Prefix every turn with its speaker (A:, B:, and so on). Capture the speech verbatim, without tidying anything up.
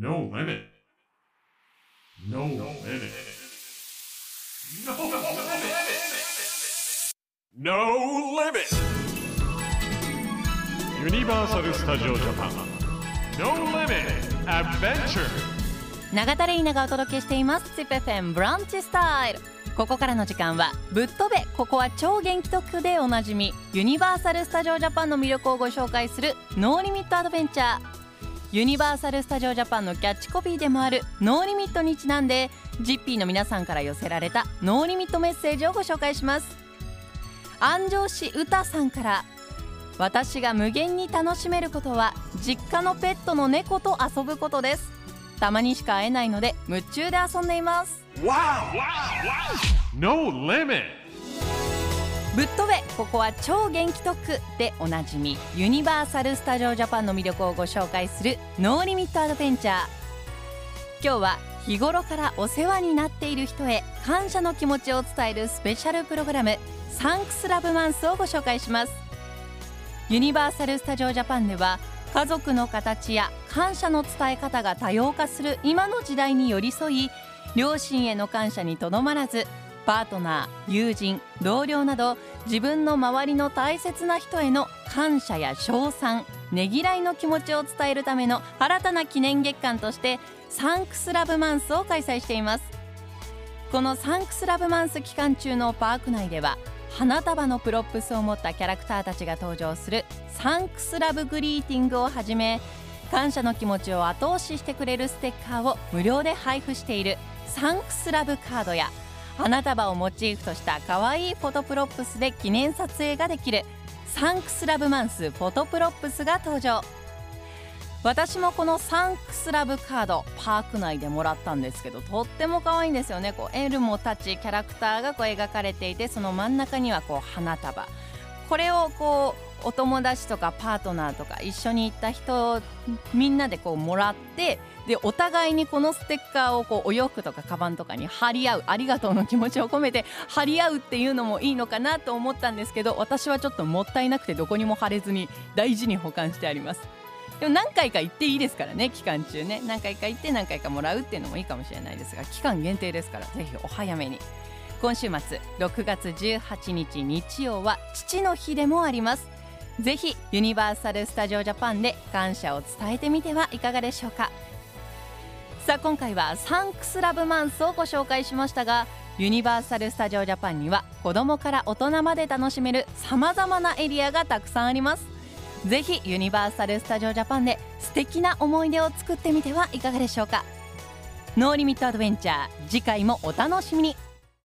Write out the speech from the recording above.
A: No limit. No limit. No limit. No limit. Universal Studio Japan. No limit adventure.
B: 永田玲奈がお届けしています ジップエフエム ブランチスタイル。ここからの時間はぶっ飛べここは超元気特区でおなじみユニバーサル・スタジオ・ジャパンの魅力をご紹介するノーリミットアドベンチャー。ユニバーサル・スタジオ・ジャパンのキャッチコピーでもあるノーリミットにちなんで ジッピー の皆さんから寄せられたノーリミットメッセージをご紹介します。安城市うたさんから、私が無限に楽しめることは実家のペットの猫と遊ぶことです。たまにしか会えないので夢中で遊んでいます。
A: Wow! No limit.
B: ぶっ飛べここは超元気特区でおなじみユニバーサル・スタジオ・ジャパンの魅力をご紹介するノーリミットアドベンチャー。今日は日頃からお世話になっている人へ感謝の気持ちを伝えるスペシャルプログラムサンクスラブマンスをご紹介します。ユニバーサル・スタジオ・ジャパンでは家族の形や感謝の伝え方が多様化する今の時代に寄り添い、両親への感謝にとどまらずパートナー、友人、同僚など自分の周りの大切な人への感謝や称賛、ねぎらいの気持ちを伝えるための新たな記念月間としてサンクスラブマンスを開催しています。このサンクスラブマンス期間中のパーク内では花束のプロップスを持ったキャラクターたちが登場するサンクスラブグリーティングをはじめ、感謝の気持ちを後押ししてくれるステッカーを無料で配布しているサンクスラブカードや、花束をモチーフとした可愛いフォトプロップスで記念撮影ができるサンクスラブマンスフォトプロップスが登場。私もこのサンクスラブカードパーク内でもらったんですけど、とっても可愛いんですよね。こうエルモたちキャラクターがこう描かれていて、その真ん中にはこう花束、これをこうお友達とかパートナーとか一緒に行った人みんなでこうもらって、でお互いにこのステッカーをこうお洋服とかカバンとかに貼り合う、ありがとうの気持ちを込めて貼り合うっていうのもいいのかなと思ったんですけど、私はちょっともったいなくてどこにも貼れずに大事に保管してあります。でも何回か行っていいですからね、期間中ね、何回か行って何回かもらうっていうのもいいかもしれないですが、期間限定ですからぜひお早めに。今週末ろくがつじゅうはちにち日曜は父の日でもあります。ぜひユニバーサル・スタジオ・ジャパンで感謝を伝えてみてはいかがでしょうか。さあ今回はサンクスラブマンスをご紹介しましたが、ユニバーサル・スタジオ・ジャパンには子供から大人まで楽しめるさまざまなエリアがたくさんあります。ぜひユニバーサル・スタジオ・ジャパンで素敵な思い出を作ってみてはいかがでしょうか。ノーリミットアドベンチャー、次回もお楽しみに。